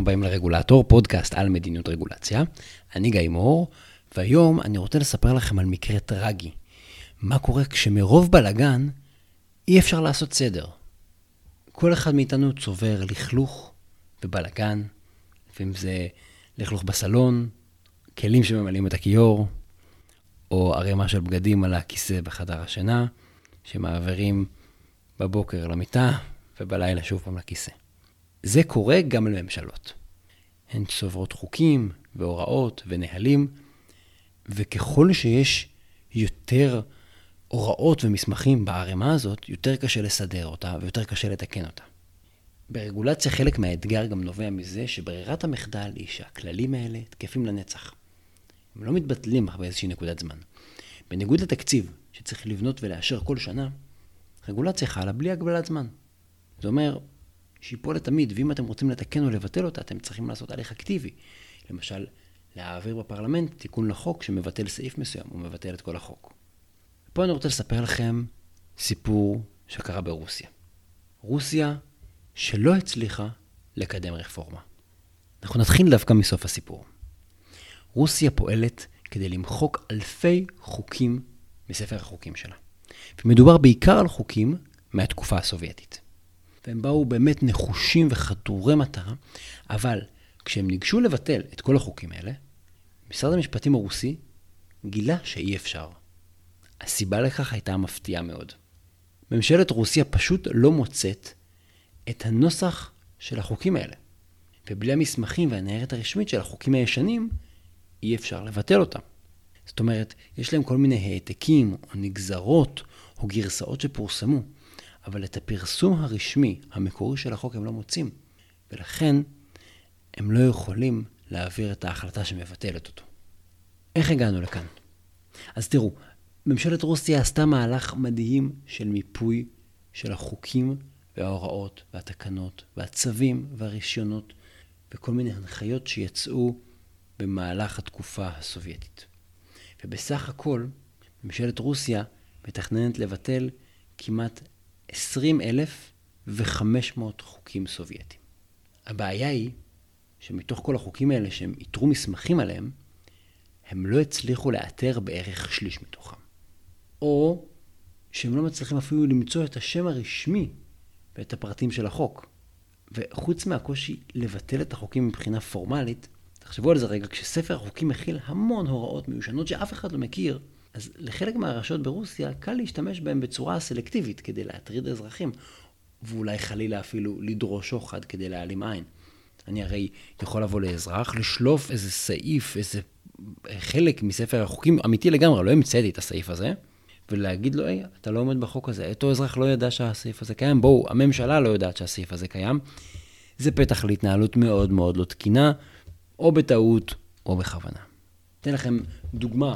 הבאים לרגולטור, פודקאסט על מדיניות רגולציה. אני גיא מור, והיום אני רוצה לספר לכם על מקרה טרגי. מה קורה כשמרוב בלגן אי אפשר לעשות סדר. כל אחד מאיתנו צובר לכלוך ובלגן, לפעמים זה לכלוך בסלון, כלים שממלאים את הכיור, או ערימה של בגדים על הכיסא בחדר השינה, שמעבירים בבוקר למיטה ובלילה שוב פעם לכיסא. זה קורה גם לממשלות. הן צוברות חוקים והוראות ונהלים, וככל שיש יותר הוראות ומסמכים בערימה הזאת, יותר קשה לסדר אותה ויותר קשה לתקן אותה. ברגולציה חלק מהאתגר גם נובע מזה שברירת המחדל היא שהכללים האלה תקפים לנצח. הם לא מתבטלים באיזושהי נקודת זמן. בניגוד לתקציב שצריך לבנות ולאשר כל שנה, רגולציה חלה בלי הגבלת זמן. זה אומר שיפול לתמיד, ואם אתם רוצים לתקן או לבטל אותה, אתם צריכים לעשות הליך אקטיבי. למשל, להעביר בפרלמנט תיקון לחוק שמבטל סעיף מסוים, או מבטל את כל החוק. פה אני רוצה לספר לכם סיפור שקרה ברוסיה. רוסיה שלא הצליחה לקדם רפורמה. אנחנו נתחיל דווקא מסוף הסיפור. רוסיה פועלת כדי למחוק אלפי חוקים מספר החוקים שלה. ומדובר בעיקר על חוקים מהתקופה הסובייטית. והם באו באמת נחושים וחתורי מטרה, אבל כשהם ניגשו לבטל את כל החוקים האלה, משרד המשפטים הרוסי גילה שאי אפשר. הסיבה לכך הייתה מפתיעה מאוד. ממשלת רוסיה פשוט לא מוצאת את הנוסח של החוקים האלה. ובלי המסמכים והניירת הרשמית של החוקים הישנים, אי אפשר לבטל אותם. זאת אומרת, יש להם כל מיני העתקים או נגזרות או גרסאות שפורסמו, אבל את הפרסום הרשמי, המקורי של החוק הם לא מוצאים, ולכן הם לא יכולים להעביר את ההחלטה שמבטלת אותו. איך הגענו לכאן? אז תראו, ממשלת רוסיה עשתה מהלך מדהים של מיפוי של החוקים וההוראות והתקנות והצווים והרישיונות וכל מיני הנחיות שיצאו במהלך התקופה הסובייטית. ובסך הכל, ממשלת רוסיה מתכננת לבטל כמעט 20,500 חוקים סובייטיים. הבעיה היא שמתוך כל החוקים האלה שהם איתרו מסמכים עליהם, הם לא הצליחו לאתר בערך שליש מתוכם. או שהם לא מצליחים אפילו למצוא את השם הרשמי ואת הפרטים של החוק. וחוץ מהקושי לבטל את החוקים מבחינה פורמלית, תחשבו על זה רגע, כשספר החוקים מכיל המון הוראות מיושנות שאף אחד לא מכיר, אז לחלק מהרשויות ברוסיה קל להשתמש בהם בצורה סלקטיבית כדי להטריד אזרחים, ואולי חלילה אפילו לדרוש שוחד כדי להעלים עין. אני הרי יכול לבוא לאזרח, לשלוף איזה סעיף, איזה חלק מספר החוקים, אמיתי לגמרי, לא המצאתי את הסעיף הזה, ולהגיד לו, אתה לא עומד בחוק הזה, אותו אזרח לא ידע שהסעיף הזה קיים, בואו, הממשלה לא יודעת שהסעיף הזה קיים. זה פתח להתנהלות מאוד מאוד לא תקינה, או בטעות או בכוונה. אתן לכם דוגמה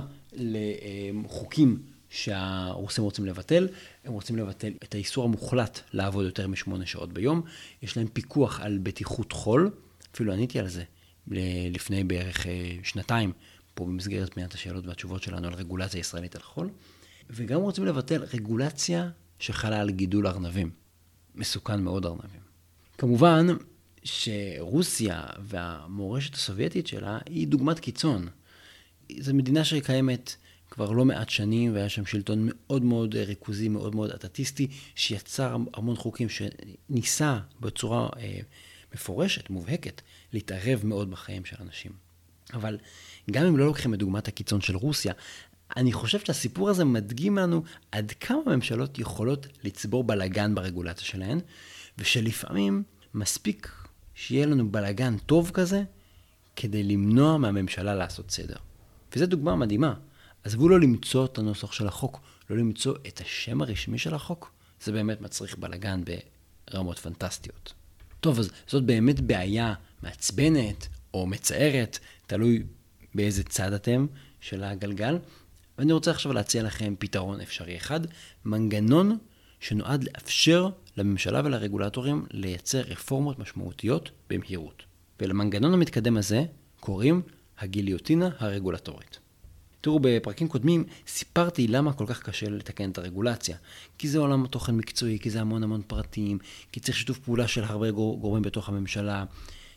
לחוקים שהרוסים רוצים לבטל. הם רוצים לבטל את האיסור המוחלט לעבוד יותר מ8 שעות ביום. יש להם פיקוח על בטיחות חול. אפילו עניתי על זה לפני בערך 2 פה במסגרת פניית השאלות והתשובות שלנו על רגולציה ישראלית על חול. וגם רוצים לבטל רגולציה שחלה על גידול ארנבים. מסוכן מאוד ארנבים. כמובן שרוסיה והמורשת הסובייטית שלה היא דוגמת קיצון. זו מדינה שקיימת כבר לא מעט שנים, והיה שם שלטון מאוד מאוד ריכוזי, מאוד מאוד אטטיסטי, שיצר המון חוקים שניסה בצורה מפורשת, מובהקת, להתערב מאוד בחיים של אנשים. אבל גם אם לא לוקחים את דוגמת הקיצון של רוסיה, אני חושב שהסיפור הזה מדגים לנו עד כמה ממשלות יכולות לצבור בלגן ברגולציה שלהן, ושלפעמים מספיק שיהיה לנו בלגן טוב כזה, כדי למנוע מהממשלה לעשות סדר. וזו דוגמה מדהימה. עזבו לא למצוא את הנוסח של החוק, לא למצוא את השם הרשמי של החוק, זה באמת מצריך בלגן ברמות פנטסטיות. טוב, אז זאת באמת בעיה מעצבנת או מצערת, תלוי באיזה צד אתם של הגלגל. ואני רוצה עכשיו להציע לכם פתרון אפשרי אחד, מנגנון שנועד לאפשר לממשלה ולרגולטורים לייצר רפורמות משמעותיות במהירות. ולמנגנון המתקדם הזה קוראים הגיליוטינה הרגולטורית. תראו, בפרקים קודמים סיפרתי למה כל כך קשה לתקן את הרגולציה. כי זה עולם תוכן מקצועי, כי זה המון פרטים, כי צריך שיתוף פעולה של הרבה גורמים בתוך הממשלה.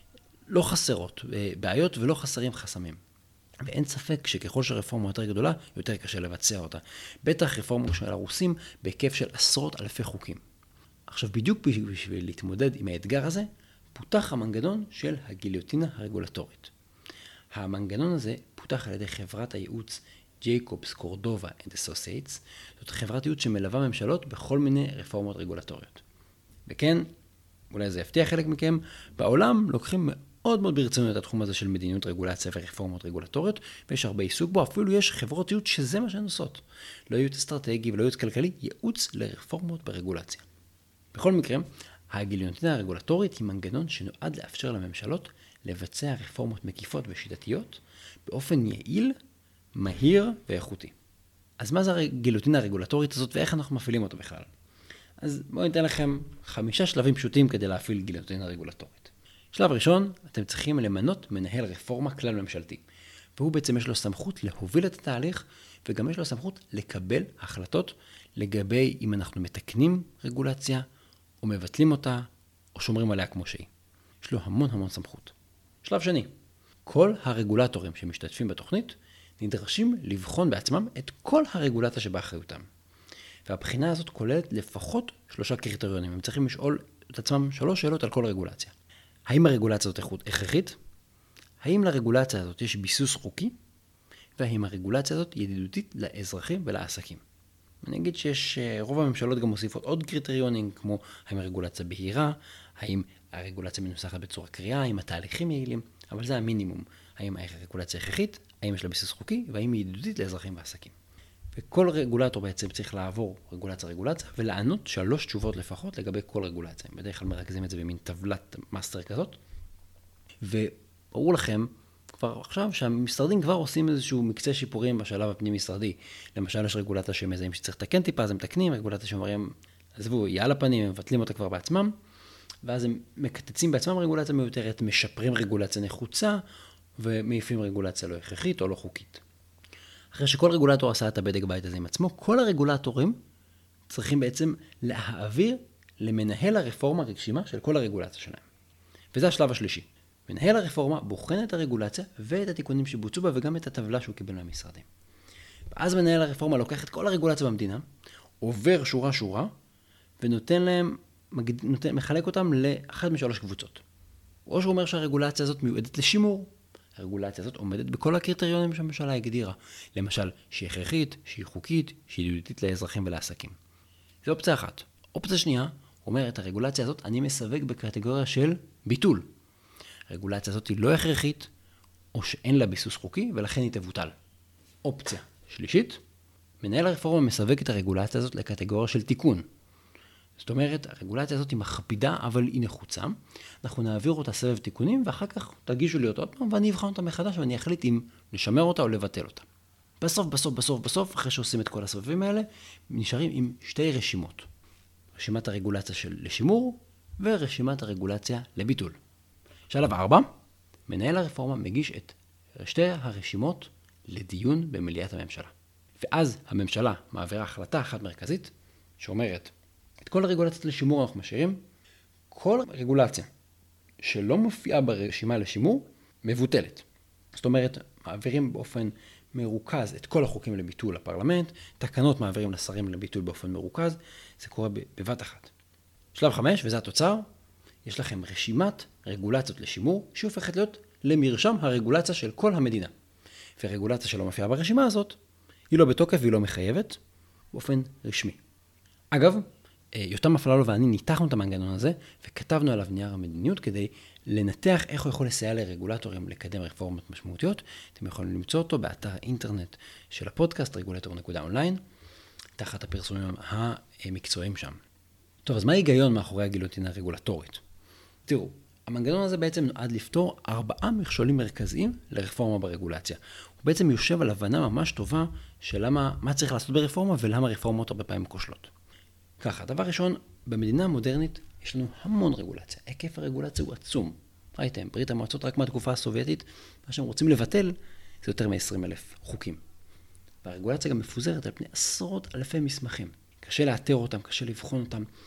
לא חסרות בעיות ולא חסרים חסמים. ואין ספק שככל שהרפורמה יותר גדולה, יותר קשה לבצע אותה. בטח רפורמה של הרוסים בהיקף של עשרות אלפי חוקים. עכשיו, בדיוק בשביל להתמודד עם האתגר הזה, פותח המנגנון של הגיליוטינה הרגולטורית. המנגנון הזה פותח על ידי חברת הייעוץ ג'ייקובס קורדובה אנד אסוסייטס. זאת חברת ייעוץ שמלווה ממשלות בכל מיני רפורמות רגולטוריות. וכן, אולי זה יפתיע חלק מכם, בעולם לוקחים מאוד מאוד ברצינות את התחום הזה של מדיניות רגולציה ורפורמות רגולטוריות, ויש הרבה עיסוק בו, אפילו יש חברות ייעוץ שזה מה שהן עושות. לא ייעוץ אסטרטגי ולא ייעוץ כלכלי, ייעוץ לרפורמות ברגולציה. בכל מקרה, הגיליוטינה הרגולטורית היא מנגנון שנועד לאפשר לממשלות לבצע רפורמות מקיפות ושיטתיות באופן יעיל, מהיר ואיכותי. אז מה זה הגיליוטינה הרגולטורית הזאת ואיך אנחנו מפעילים אותה בכלל? אז בואו ניתן לכם 5 שלבים פשוטים כדי להפעיל גיליוטינה רגולטורית. שלב ראשון, אתם צריכים למנות מנהל רפורמה כלל ממשלתי. והוא בעצם יש לו סמכות להוביל את התהליך, וגם יש לו סמכות לקבל החלטות לגבי אם אנחנו מתקנים רגולציה, או מבטלים אותה, או שומרים עליה כמו שהיא. יש לו המון סמכות. שלב שני, כל הרגולטורים שמשתתפים בתוכנית, נדרשים לבחון בעצמם את כל הרגולציה שבאחריותם. והבחינה הזאת כוללת לפחות 3 קריטריונים. הם צריכים לשאול את עצמם 3 שאלות על כל רגולציה. האם הרגולציה הזאת הכרחית? האם לרגולציה הזאת יש ביסוס חוקי? והאם הרגולציה הזאת ידידותית לאזרחים ולעסקים? אני אגיד רוב הממשלות גם מוסיפות עוד קריטריונים, כמו האם הרגולציה בהירה, האם הרגולציה מנוסחת בצורה קריאה, האם התהליכים יעילים, אבל זה המינימום. האם הרגולציה הכרחית, האם יש לה ביסוס חוקי, והאם היא ידידותית לאזרחים ועסקים. וכל רגולטור בעצם צריך לעבור רגולציה ולענות 3 תשובות לפחות לגבי כל רגולציה. בדרך כלל מרכזים את זה במין טבלת מאסטר כזאת. וברור לכם כבר עכשיו שהמשרדים כבר עושים איזשהו מקצה שיפורים בשלב הפנים משרדי. למשל יש רגולציה שמזהים שצריך לתקן טיפה, אז הם מתקנים, רגולציה שאומרים, עזבו, יהיה על הפנים, הם מבטלים אותה כבר בעצמם, ואז הם מקטצים בעצמם רגולציה מיותרת, משפרים רגולציה נחוצה, ומעיפים רגולציה לא הכרחית או לא חוקית. אחרי שכל רגולטור עשה את הבדק בית הזה עם עצמו, כל הרגולטורים צריכים בעצם להעביר למנהל הרפורמה רשימה של כל הרגולציה שלהם. וזה השלב השלישי. מנהל הרפורמה בוחן את הרגולציה ואת התיקונים שבוצעו בה וגם את הטבלה שהוא קיבל מהמשרדים. ואז מנהל הרפורמה לוקח את כל הרגולציה במדינה, עובר שורה ונותן להם, מחלק אותם לאחת מ3 קבוצות. או שהוא אומר שהרגולציה הזאת מיועדת לשימור. הרגולציה הזאת עומדת בכל הקריטריונים שהממשלה הגדירה. למשל, שהיא הכרחית, שהיא חוקית, שהיא ידידותית לאזרחים ולעסקים. זו אופציה אחת. אופציה שנייה, אומרת, הרגולציה הזאת אני מסווג בקטגוריה של ביטול. הרגולציה הזאת היא לא הכרחית, או שאין לה ביסוס חוקי, ולכן היא תבוטל. אופציה שלישית, מנהל הרפורמה מסווג את הרגולציה הזאת לקטגוריה של תיקון. זאת אומרת, הרגולציה הזאת היא מכבידה, אבל היא נחוצה. אנחנו נעביר אותה סבב תיקונים, ואחר כך תגישו לי אותו עוד פעם, ואני אבחן אותה מחדש, ואני אחליט אם לשמר אותה או לבטל אותה. בסוף, אחרי שעושים את כל הסבבים האלה, נשארים עם 2 רשימות. רשימת הרגולציה לשימור, ורשימת הרגולציה לביטול. שלב 4, מנהל הרפורמה מגיש את 2 הרשימות לדיון במליאת הממשלה. ואז הממשלה מעבירה החלטה אחת מרכזית, שאומרת, את כל הרגולציות לשימור אנחנו משאירים, כל רגולציה שלא מופיעה ברשימה לשימור, מבוטלת. זאת אומרת, מעבירים באופן מרוכז את כל החוקים לביטול לפרלמנט, תקנות מעבירים לשרים לביטול באופן מרוכז, זה קורה בבת אחת. שלב 5, וזה התוצר, יש לכם רשימת רגולציות לשימור, שהופכת להיות למרשם הרגולציה של כל המדינה. ורגולציה שלא מופיעה ברשימה הזאת, היא לא בתוקף והיא לא מחייבת, באופן רשמי. אגב, יותם אפללו ואני ניתחנו את המנגנון הזה, וכתבנו עליו נייר המדיניות כדי לנתח איך הוא יכול לסייע לרגולטורים לקדם רפורמות משמעותיות. אתם יכולים למצוא אותו באתר האינטרנט של הפודקאסט, regulator.online, תחת הפרסומים המקצועיים שם. טוב, אז מה ההיגיון מאחורי הגיליוטינה הרגולטורית? תראו, המנגנון הזה בעצם נועד לפתור 4 מכשולים מרכזיים לרפורמה ברגולציה. הוא בעצם יושב על הבנה ממש טובה של מה צריך לעשות ברפורמה ולמה רפורמות הרבה פעמים כושלות. ככה, דבר ראשון, במדינה המודרנית יש לנו המון רגולציה. היקף הרגולציה הוא עצום. ראיתם, ברית המועצות רק מהתקופה הסובייטית, מה שהם רוצים לבטל זה יותר מ-20,000 חוקים. והרגולציה גם מפוזרת על פני עשרות אלפי מסמכים. קשה לאתר אותם, קשה לבחון אותם.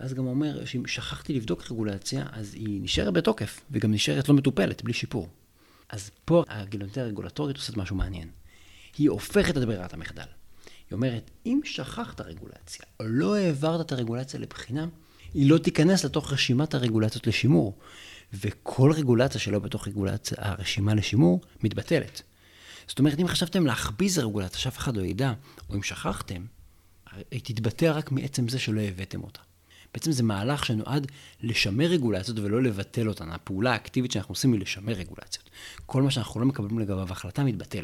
ואז גם אומר שאם שכחתי לבדוק רגולציה, אז היא נשארת בתוקף, וגם נשארת לא מטופלת, בלי שיפור. אז פה הגילונטריה הרגולטורית עושה משהו מעניין. היא הופכת את ברירת המחדל. היא אומרת, אם שכחת רגולציה, או לא העברת את הרגולציה לבחינה, היא לא תיכנס לתוך רשימת הרגולציות לשימור. וכל רגולציה שלא בתוך הרשימה לשימור, מתבטלת. זאת אומרת, אם חשבתם להחביז הרגולציה, שאף אחד לא ידע, או אם שכחתם, היא תתבטא רק מעצם זה שלא הבאתם אותה. בעצם זה מהלך שנועד לשמר רגולציות ולא לבטל אותן. הפעולה האקטיבית שאנחנו עושים היא לשמר רגולציות. כל מה שאנחנו לא מקבלים לגביו החלטה מתבטל.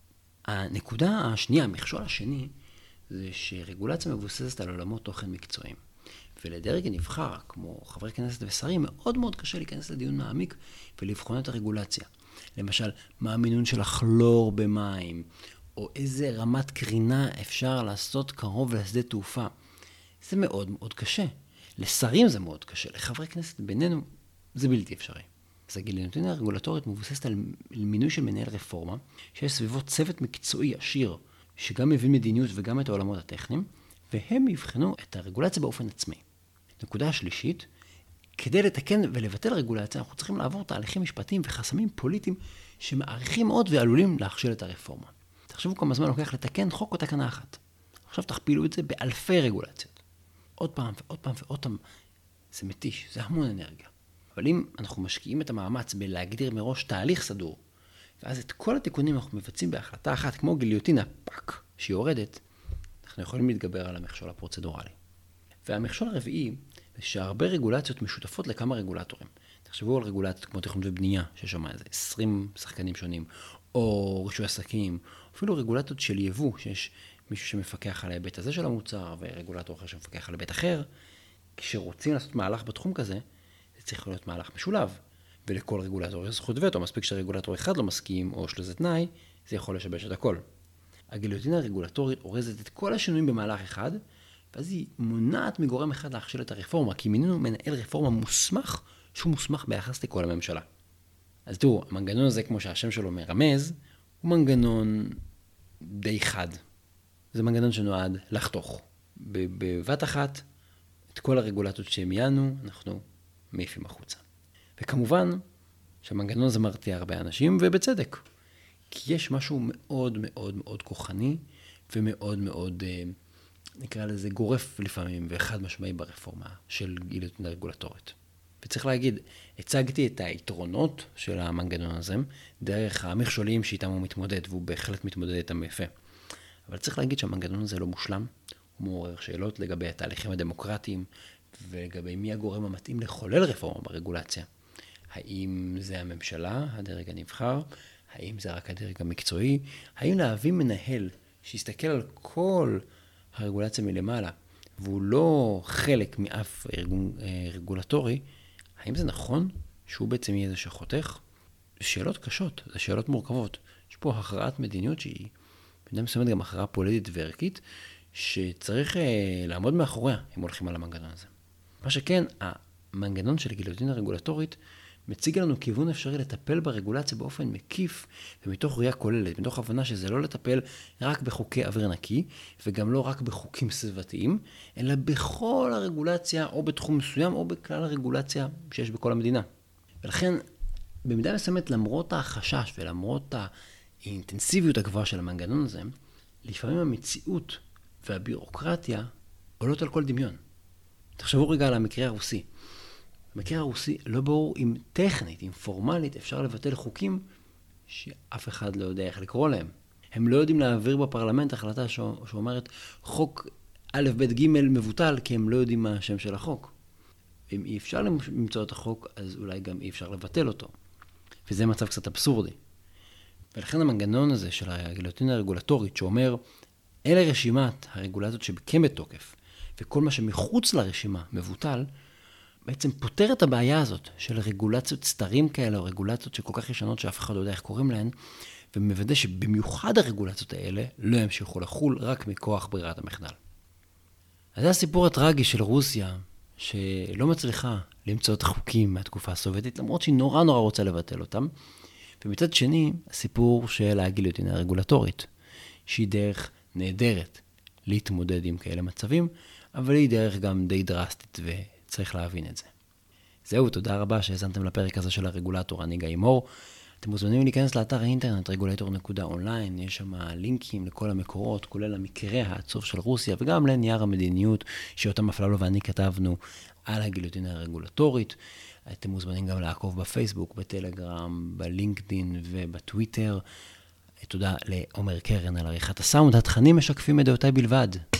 הנקודה השנייה, המכשול השני, זה שרגולציה מבוססת על עולמות תוכן מקצועיים. ולדרג הנבחר, כמו חברי כנסת ושרים, מאוד מאוד קשה להיכנס לדיון מעמיק ולבחון את הרגולציה. למשל, מה המינון של הכלור במים, או איזה רמת קרינה אפשר לעשות קרוב לשדה תעופה. זה מאוד מאוד קשה. לשרים זה מאוד קשה, לחברי כנסת בינינו זה בלתי אפשרי. אז הגילונטריה הרגולטורית מבוססת על מינוי של מנהל רפורמה, שיש סביבו צוות מקצועי עשיר, שגם מבין מדיניות וגם את העולמות הטכניים, והם יבחנו את הרגולציה באופן עצמי. נקודה השלישית, כדי לתקן ולבטל רגולציה, אנחנו צריכים לעבור תהליכים משפטיים וחסמים פוליטיים שמעריכים מאוד ועלולים להכשיל את הרפורמה. תחשבו כמה זמן לוקח לתקן חוק או תקנה אחת. עכשיו תכפילו את זה באלפי רגולציות. עוד פעם ועוד פעם ועוד פעם. זה מתיש, זה המון אנרגיה. אבל אם אנחנו משקיעים את המאמץ בלהגדיר מראש תהליך סדור, ואז את כל התיקונים אנחנו מבצעים בהחלטה אחת, כמו גיליוטינה פאק שיורדת, אנחנו יכולים להתגבר על המכשול הפרוצדורלי. והמכשול הרביעי, זה שהרבה רגולציות משותפות לכמה רגולטורים. תחשבו על רגולציות כמו תכנון ובנייה, שיש שם איזה 20 שחקנים שונים, או רישוי עסקים, אפילו רגולציות של יבוא, שיש מישהו שמפקח על ההיבט הזה של המוצר, ורגולטור אחר שמפקח על היבט אחר. כשרוצים לעשות מהלך בתחום כזה, זה צריך להיות מהלך משולב. ולכל רגולטור יש זכות וטו, מספיק שרגולטור אחד לא מסכים, או יש לזה תנאי, זה יכול לשבש את הכל. הגילונטריה הרגולטורית אורזת את כל השינויים במהלך אחד, ואז היא מונעת מגורם אחד להכשיל את הרפורמה, כי מינינו מנהל רפורמה מוסמך, שהוא מוסמך ביחס לכל הממשלה. אז תראו, המנגנון הזה, כמו שהשם שלו מרמז, הוא מנגנון די חד. זה מנגנון שנועד לחתוך. בבת אחת, את כל הרגולטות שמיינו, אנחנו מעיפים החוצה. וכמובן, שהמנגנון הזה מרתיע הרבה אנשים, ובצדק. כי יש משהו מאוד מאוד מאוד כוחני, ומאוד מאוד, נקרא לזה גורף לפעמים, ואחד משמעי ברפורמה של גילונטריה רגולטורית. וצריך להגיד, הצגתי את היתרונות של המנגנון הזה, דרך המכשולים שאיתם הוא מתמודד, והוא בהחלט מתמודד איתם יפה. אבל צריך להגיד שהמנגנון הזה לא מושלם, הוא מעורר שאלות לגבי התהליכים הדמוקרטיים, ולגבי מי הגורם המתאים לחולל רפורמה ברגולציה. האם זה הממשלה, הדרג הנבחר? האם זה רק הדרג המקצועי? האם להביא מנהל שיסתכל על כל הרגולציה מלמעלה, והוא לא חלק מאף ארגון רגולטורי, האם זה נכון שהוא בעצם יהיה זה שחותך? זה שאלות קשות, זה שאלות מורכבות. יש פה הכרעת מדיניות שהיא במידה מסוימת גם הכרעה פוליטית וערכית, שצריך לעמוד מאחוריה אם הולכים על המנגנון הזה. מה שכן, המנגנון של גילונטריה רגולטורית מציג לנו כיוון אפשרי לטפל ברגולציה באופן מקיף ומתוך ראייה כוללת, מתוך הבנה שזה לא לטפל רק בחוקי אוויר נקי, וגם לא רק בחוקים סביבתיים, אלא בכל הרגולציה או בתחום מסוים או בכלל הרגולציה שיש בכל המדינה. ולכן, במידה מסוימת, למרות החשש ולמרות האינטנסיביות הגבוהה של המנגנון הזה, לפעמים המציאות והבירוקרטיה עולות על כל דמיון. תחשבו רגע על המקרה הרוסי. במקרה הרוסי לא ברור אם טכנית, אם פורמלית, אפשר לבטל חוקים שאף אחד לא יודע איך לקרוא להם. הם לא יודעים להעביר בפרלמנט החלטה שאומרת חוק א' ב' ג' מבוטל, כי הם לא יודעים מה השם של החוק. אם אי אפשר למצוא את החוק, אז אולי גם אי אפשר לבטל אותו. וזה מצב קצת אבסורדי. ולכן המנגנון הזה של הגילונטריה הרגולטורית שאומר, אלה רשימת הרגולציות שבכן בתוקף, וכל מה שמחוץ לרשימה מבוטל, בעצם פותר את הבעיה הזאת של רגולציות סתרים כאלה, או רגולציות שכל כך ישנות שאף אחד לא יודע איך קוראים להן, ומוודא שבמיוחד הרגולציות האלה לא ימשיכו לחול רק מכוח ברירת המחדל. אז זה הסיפור הטרגי של רוסיה, שלא מצליחה למצוא את החוקים מהתקופה הסובייטית, למרות שהיא נורא רוצה לבטל אותם. ומצד שני, הסיפור של הגילונטריה הרגולטורית, שהיא דרך נהדרת להתמודד עם כאלה מצבים, אבל היא דרך גם די דרסטית וצריך להבין את זה. זהו, תודה רבה שהזנתם לפרק הזה של הרגולטור, אני גיא מור. אתם מוזמנים להיכנס לאתר האינטרנט regulator.online, יש שם לינקים לכל המקורות, כולל המקרה העצוב של רוסיה, וגם לנייר המדיניות שאותם אפללו ואני כתבנו על הגיליוטינה הרגולטורית. אתם מוזמנים גם לעקוב בפייסבוק, בטלגרם, בלינקדין ובטוויטר. תודה לעומר קרן על עריכת הסאונד, התכנים משקפים את דעותיי בלבד.